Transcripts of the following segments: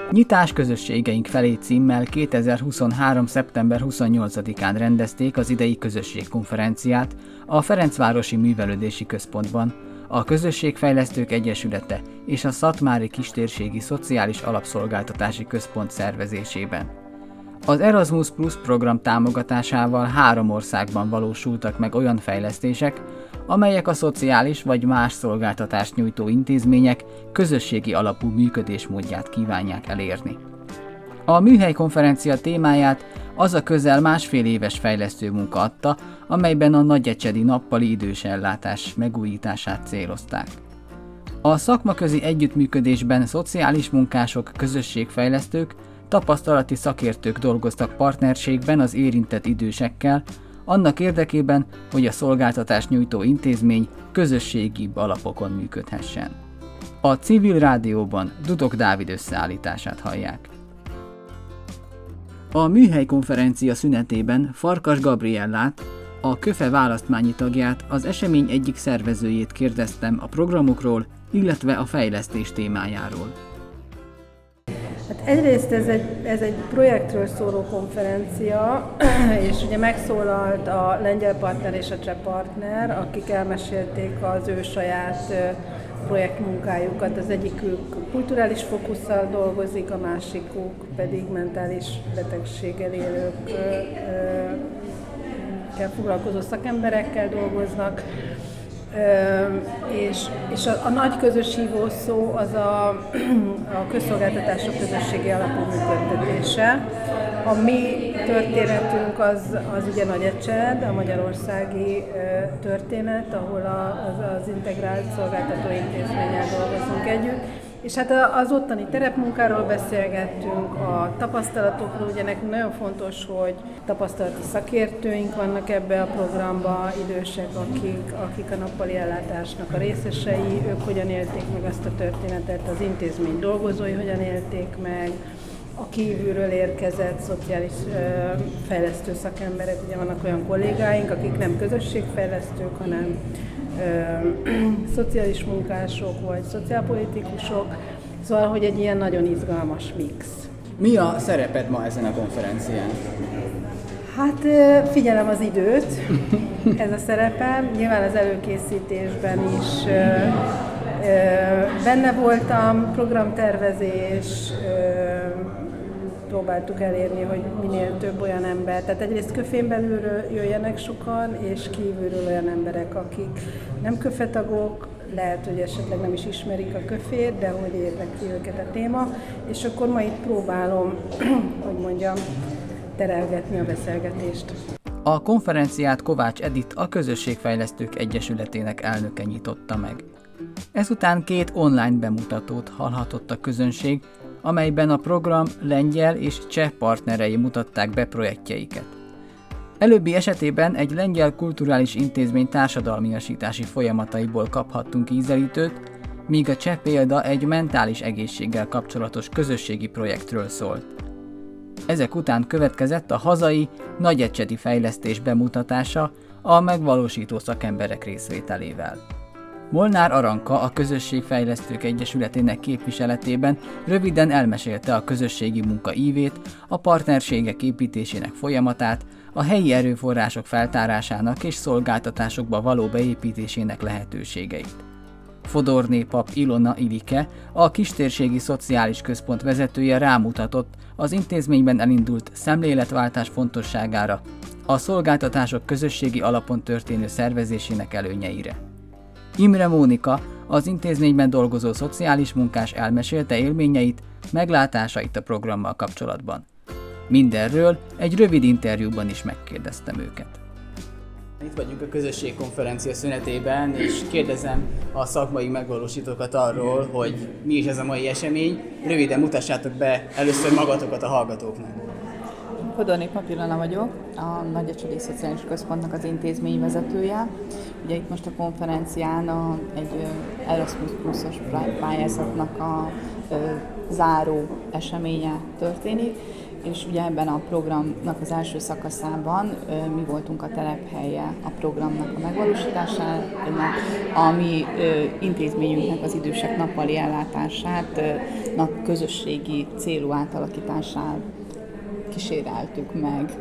Nyitás közösségeink felé címmel 2023. szeptember 28-án rendezték az idei közösségkonferenciát a Ferencvárosi Művelődési Központban, a Közösségfejlesztők Egyesülete és a Szatmári Kistérségi Szociális Alapszolgáltatási Központ szervezésében. Az Erasmus Plus program támogatásával 3 országban valósultak meg olyan fejlesztések, amelyek a szociális vagy más szolgáltatást nyújtó intézmények közösségi alapú működésmódját kívánják elérni. A műhelykonferencia témáját az a közel 1,5 éves fejlesztő munka adta, amelyben a nagyecsedi nappali idős ellátás megújítását célozták. A szakmaközi együttműködésben szociális munkások, közösségfejlesztők, tapasztalati szakértők dolgoztak partnerségben az érintett idősekkel, annak érdekében, hogy a szolgáltatást nyújtó intézmény közösségibb alapokon működhessen. A Civil Rádióban Dudok Dávid összeállítását hallják. A műhelykonferencia szünetében Farkas Gabriellát, a KÖFE választmányi tagját, az esemény egyik szervezőjét kérdeztem a programokról, illetve a fejlesztés témájáról. Hát egyrészt ez egy projektről szóló konferencia, és ugye megszólalt a lengyel partner és a cseh partner, akik elmesélték az ő saját projektmunkájukat. Az egyikük kulturális fókusszal dolgozik, a másikuk pedig mentális betegséggel élőkkel foglalkozó szakemberekkel dolgoznak. És a nagy közös hívószó az a közszolgáltatások közösségi alapú működtetése. A mi történetünk az ugye Nagyecsed, a magyarországi történet, ahol az integrált szolgáltató intézménnyel dolgozunk együtt. És hát az ottani terepmunkáról beszélgettünk, a tapasztalatokról, ugye nekünk nagyon fontos, hogy tapasztalati szakértőink vannak ebbe a programba, idősek, akik a nappali ellátásnak a részesei, ők hogyan élték meg azt a történetet, az intézmény dolgozói hogyan élték meg, a kívülről érkezett szociális fejlesztő szakemberek, ugye vannak olyan kollégáink, akik nem közösségfejlesztők, hanem szociális munkások vagy szociálpolitikusok, szóval, hogy egy ilyen nagyon izgalmas mix. Mi a szereped ma ezen a konferencián? Hát figyelem az időt, ez a szerepem. Nyilván az előkészítésben is benne voltam, programtervezés, próbáltuk elérni, hogy minél több olyan ember, tehát egyrészt KÖFÉn belülről jöjjenek sokan, és kívülről olyan emberek, akik nem KÖFE tagok, lehet, hogy esetleg nem is ismerik a KÖFÉt, de hogy érdekli őket a téma, és akkor ma itt próbálom, hogy mondjam, terelgetni a beszélgetést. A konferenciát Kovács Edit, a Közösségfejlesztők Egyesületének elnöke nyitotta meg. Ezután 2 online bemutatót hallhatott a közönség, amelyben a program lengyel és cseh partnerei mutatták be projektjeiket. Előbbi esetében egy lengyel kulturális intézmény társadalmiasítási folyamataiból kaphattunk ízelítőt, míg a cseh példa egy mentális egészséggel kapcsolatos közösségi projektről szólt. Ezek után következett a hazai, nagyecsedi fejlesztés bemutatása a megvalósító szakemberek részvételével. Molnár Aranka, a Közösségfejlesztők Egyesületének képviseletében röviden elmesélte a közösségi munka ívét, a partnerségek építésének folyamatát, a helyi erőforrások feltárásának és szolgáltatásokba való beépítésének lehetőségeit. Fodorné Pap Ilona Ilike, a Kistérségi Szociális Központ vezetője rámutatott az intézményben elindult szemléletváltás fontosságára, a szolgáltatások közösségi alapon történő szervezésének előnyeire. Imre Mónika, az intézményben dolgozó szociális munkás elmesélte élményeit, meglátásait a programmal kapcsolatban. Mindenről egy rövid interjúban is megkérdeztem őket. Itt vagyunk a közösségkonferencia szünetében, és kérdezem a szakmai megvalósítókat arról, hogy mi is ez a mai esemény. Röviden mutassátok be először magatokat a hallgatóknak. Fodorné Pap Ilona vagyok, a Nagyecsedi Szociális Központnak az intézményvezetője. Ugye itt most a konferencián egy Erasmus Plus-os pályázatnak a záró eseménye történik, és ugye ebben a programnak az első szakaszában mi voltunk a telephelye a programnak a megvalósításának, a mi intézményünknek az idősek nappali ellátását, közösségi célú átalakítását kíséreltük meg.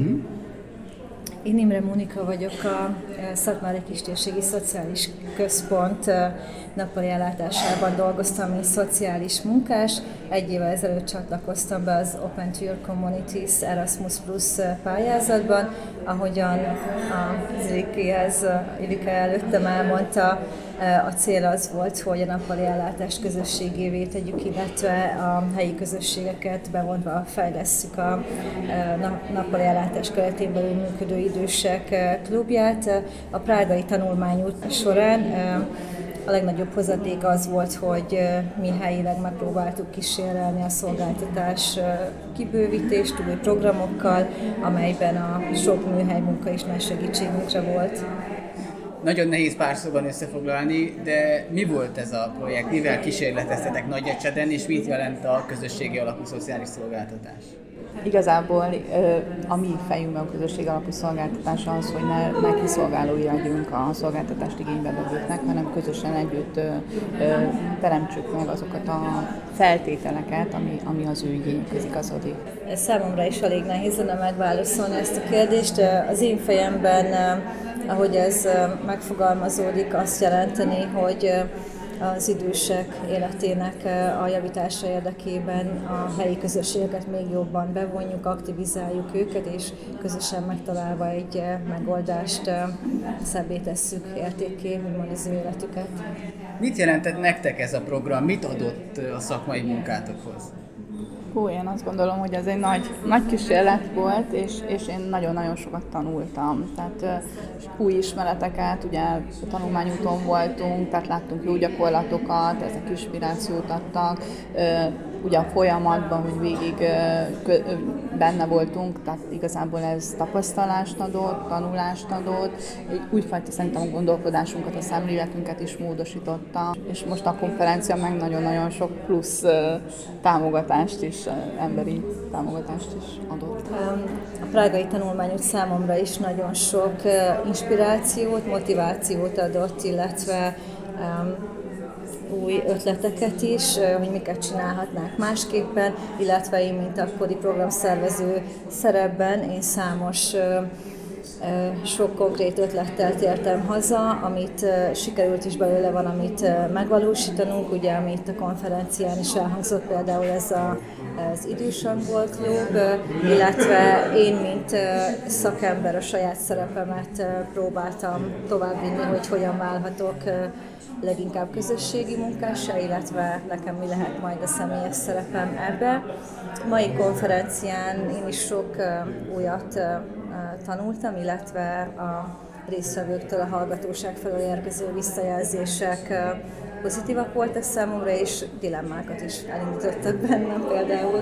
Én Imre Mónika vagyok, a Szatmári Kistérségi Szociális Központ nappali ellátásában dolgoztam, mint szociális munkás. 1 évvel ezelőtt csatlakoztam be az Open to Your Communities Erasmus Plus pályázatban, ahogyan az Ilike előttem elmondta, a cél az volt, hogy a nappali ellátást közösségévé tegyük, illetve a helyi közösségeket bevonva fejlesszük a nappali ellátás keretén belül működő idősek klubját. A prágai tanulmányút során a legnagyobb hozadék az volt, hogy mi helyileg megpróbáltuk kísérelni a szolgáltatás kibővítést új programokkal, amelyben a sok műhely munka is nagy segítségünkre volt. Nagyon nehéz pár szóban összefoglalni, de mi volt ez a projekt, mivel kísérleteztetek Nagyecseden, és mit jelent a közösségi alapú szociális szolgáltatás? Igazából a mi fejünkben a közösség alapú szolgáltatás az, hogy ne kiszolgálói legyünk a szolgáltatást igénybe vevőknek, hanem közösen együtt teremtsük meg azokat a feltételeket, ami az ő igényükhöz igazodik. Számomra is elég nehéz lenne megválaszolni ezt a kérdést. Az én fejemben, ahogy ez megfogalmazódik, azt jelenteni, hogy az idősek életének a javítása érdekében a helyi közösségeket még jobban bevonjuk, aktivizáljuk őket, és közösen megtalálva egy megoldást szebbé tesszük, értékké, úgymond az ő életüket. Mit jelentett nektek ez a program? Mit adott a szakmai munkátokhoz? Én azt gondolom, hogy ez egy nagy kísérlet volt, és én nagyon-nagyon sokat tanultam. Tehát új ismereteket, ugye tanulmányúton voltunk, tehát láttunk jó gyakorlatokat, ezek inspirációt adtak. Ugye a folyamatban, hogy végig benne voltunk, tehát igazából ez tapasztalást adott, tanulást adott, úgyfajta szerintem a gondolkodásunkat, a szemléletünket is módosította, és most a konferencia meg nagyon-nagyon sok plusz támogatást is, emberi támogatást is adott. A prágai tanulmányút számomra is nagyon sok inspirációt, motivációt adott, illetve új ötleteket is, hogy miket csinálhatnánk másképpen, illetve én, mint akkori programszervező szerepben, én számos sok konkrét ötlettel tértem haza, amit sikerült is belőle valamit megvalósítanunk, ugye, amit a konferencián is elhangzott, például ez az idős angol klub, illetve én, mint szakember a saját szerepemet próbáltam továbbvinni, hogy hogyan válhatok leginkább közösségi munkássá, illetve nekem mi lehet majd a személyes szerepem ebbe. Mai konferencián én is sok újat tanultam, illetve a résztvevőktől, a hallgatóság felől érkező visszajelzések pozitívak voltak számomra, és dilemmákat is elindítottak bennem például.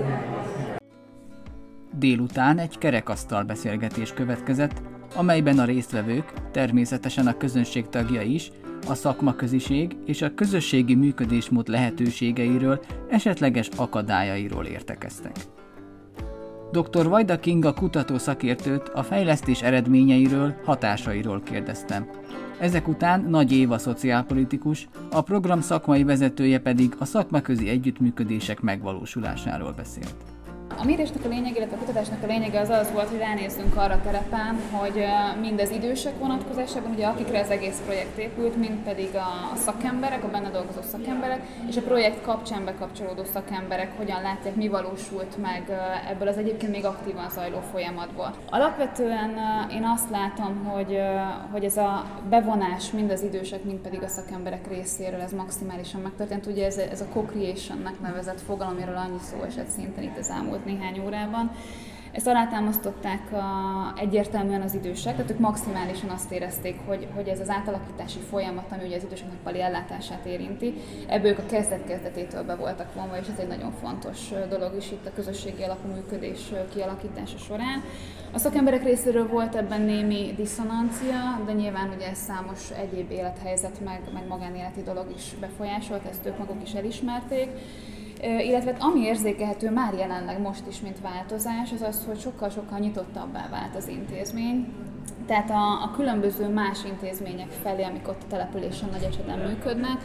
Délután egy kerekasztal beszélgetés következett, amelyben a résztvevők, természetesen a közönség tagjai is, a szakmaköziség és a közösségi működésmód lehetőségeiről, esetleges akadályairól értekeztek. Dr. Vajda Kinga kutatószakértőt a fejlesztés eredményeiről, hatásairól kérdeztem. Ezek után Nagy Éva szociálpolitikus, a program szakmai vezetője pedig a szakmaközi együttműködések megvalósulásáról beszélt. A mérésnek a lényeg, illetve a kutatásnak a lényege az volt, hogy ránézzünk arra a terepen, hogy mind az idősek vonatkozásában, ugye akikre az egész projekt épült, mind pedig a szakemberek, a benne dolgozó szakemberek, és a projekt kapcsán bekapcsolódó szakemberek hogyan látják, mi valósult meg ebből az egyébként még aktívan zajló folyamatból. Alapvetően én azt látom, hogy ez a bevonás mind az idősek, mind pedig a szakemberek részéről ez maximálisan megtörtént. Ugye ez a co-creation-nek nevezett fogalom, amiről annyi szó esett szinten itt az elmúlt néhány órában. Ezt alátámasztották egyértelműen az idősek, tehát ők maximálisan azt érezték, hogy ez az átalakítási folyamat, ami ugye az idősek nappali ellátását érinti, ebből ők a kezdet-kezdetétől be voltak vonva, és ez egy nagyon fontos dolog is itt a közösségi alapú működés kialakítása során. A szakemberek részéről volt ebben némi diszonancia, de nyilván ugye ez számos egyéb élethelyzet, meg magánéleti dolog is befolyásolt, ezt ők maguk is elismerték. Illetve ami érzékelhető már jelenleg most is, mint változás, az az, hogy sokkal-sokkal nyitottabbá vált az intézmény. Tehát a különböző más intézmények felé, amik ott a településen Nagyecseden működnek,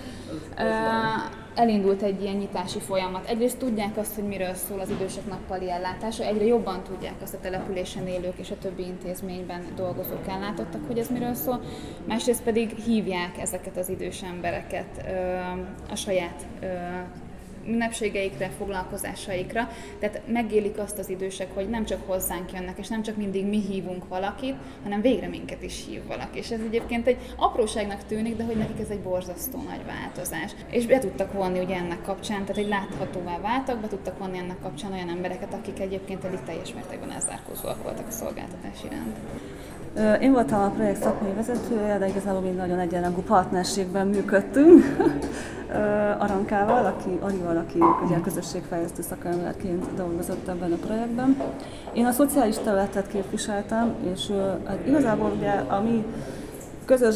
elindult egy ilyen nyitási folyamat. Egyrészt tudják azt, hogy miről szól az idősek nappali ellátása, egyre jobban tudják azt a településen élők és a többi intézményben dolgozók ellátottak, hogy ez miről szól. Másrészt pedig hívják ezeket az idős embereket a saját ünnepségeikre, foglalkozásaikra, tehát megélik azt az idősek, hogy nem csak hozzánk jönnek, és nem csak mindig mi hívunk valakit, hanem végre minket is hív valaki. És ez egyébként egy apróságnak tűnik, de hogy nekik ez egy borzasztó nagy változás. És be tudtak vonni ugye ennek kapcsán, tehát egy láthatóvá váltak, be tudtak vonni ennek kapcsán olyan embereket, akik egyébként eddig teljes mértékben elzárkózóak voltak a szolgáltatás iránt. Én voltam a projekt szakmai vezetője, de igazából mi nagyon egyenrangú partnerségben működtünk Arankával, aki ugye a közösségfejlesztő szakemberként dolgozott ebben a projektben. Én a szociális területet képviseltem, és igazából ugye a mi közös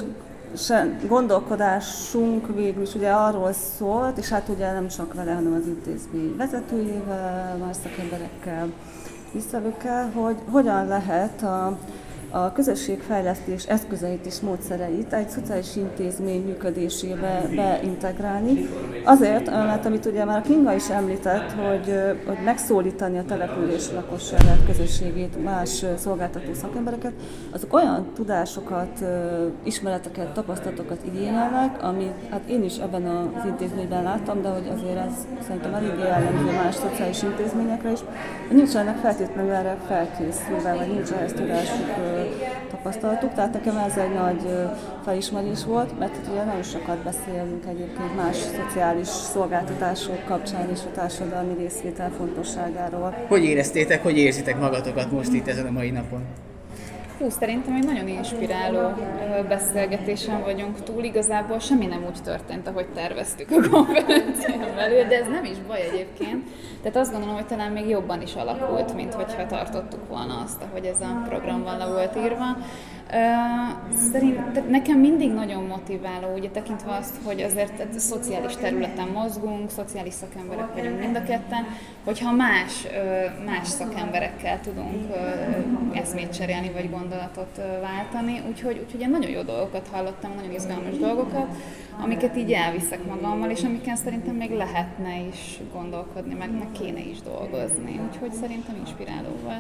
gondolkodásunk végül is ugye arról szólt, és hát ugye nem csak vele, hanem az intézmény vezetőjével, más szakemberekkel, visszavőkkel, hogy hogyan lehet a közösségfejlesztés eszközeit és módszereit egy szociális intézmény működésébe beintegrálni. Azért, mert amit ugye már Kinga is említett, hogy megszólítani a település lakosságát, közösségét, más szolgáltató szakembereket, azok olyan tudásokat, ismereteket, tapasztalatokat igényelnek, amit hát én is ebben az intézményben láttam, de hogy azért ez szerintem eléggé jellemző más szociális intézményekre is, hogy nincsenek feltétlenül erre felkészülve, vagy nincs ehhez tudásuk, tapasztalatuk, tehát nekem ez egy nagy felismerés volt, mert itt ugye nagyon sokat beszélünk egyébként más szociális szolgáltatások kapcsán és a társadalmi részvétel fontosságáról. Hogy éreztétek, hogy érzitek magatokat most itt ezen a mai napon? Szerintem egy nagyon inspiráló beszélgetésen vagyunk túl. Igazából semmi nem úgy történt, ahogy terveztük a konferencián belül, de ez nem is baj egyébként. Tehát azt gondolom, hogy talán még jobban is alakult, mint hogyha tartottuk volna azt, ahogy ez a programban le volt írva. Szerintem nekem mindig nagyon motiváló, ugye tekintve azt, hogy azért szociális területen mozgunk, szociális szakemberek vagyunk mind a ketten, hogyha más szakemberekkel tudunk eszmét cserélni, vagy gondolatot váltani. Úgyhogy én nagyon jó dolgokat hallottam, nagyon izgalmas dolgokat, amiket így elviszek magammal, és amiken szerintem még lehetne is gondolkodni, meg kéne is dolgozni. Úgyhogy szerintem inspiráló volt.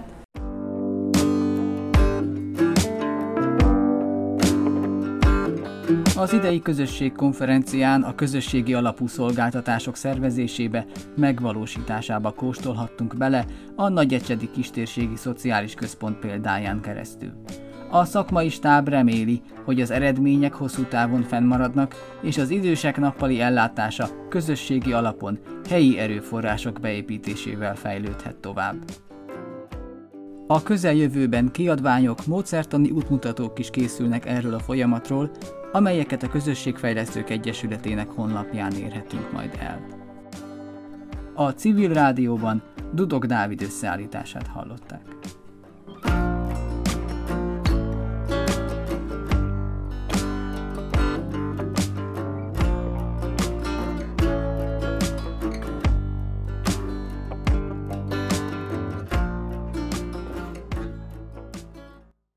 Az idei közösségkonferencián a közösségi alapú szolgáltatások szervezésébe, megvalósításába kóstolhattunk bele a Nagyecsedi Kistérségi Szociális Központ példáján keresztül. A szakmai stáb reméli, hogy az eredmények hosszú távon fennmaradnak, és az idősek nappali ellátása közösségi alapon, helyi erőforrások beépítésével fejlődhet tovább. A közeljövőben kiadványok, módszertani útmutatók is készülnek erről a folyamatról, amelyeket a Közösségfejlesztők Egyesületének honlapján érhetünk majd el. A Civil Rádióban Dudok Dávid összeállítását hallották.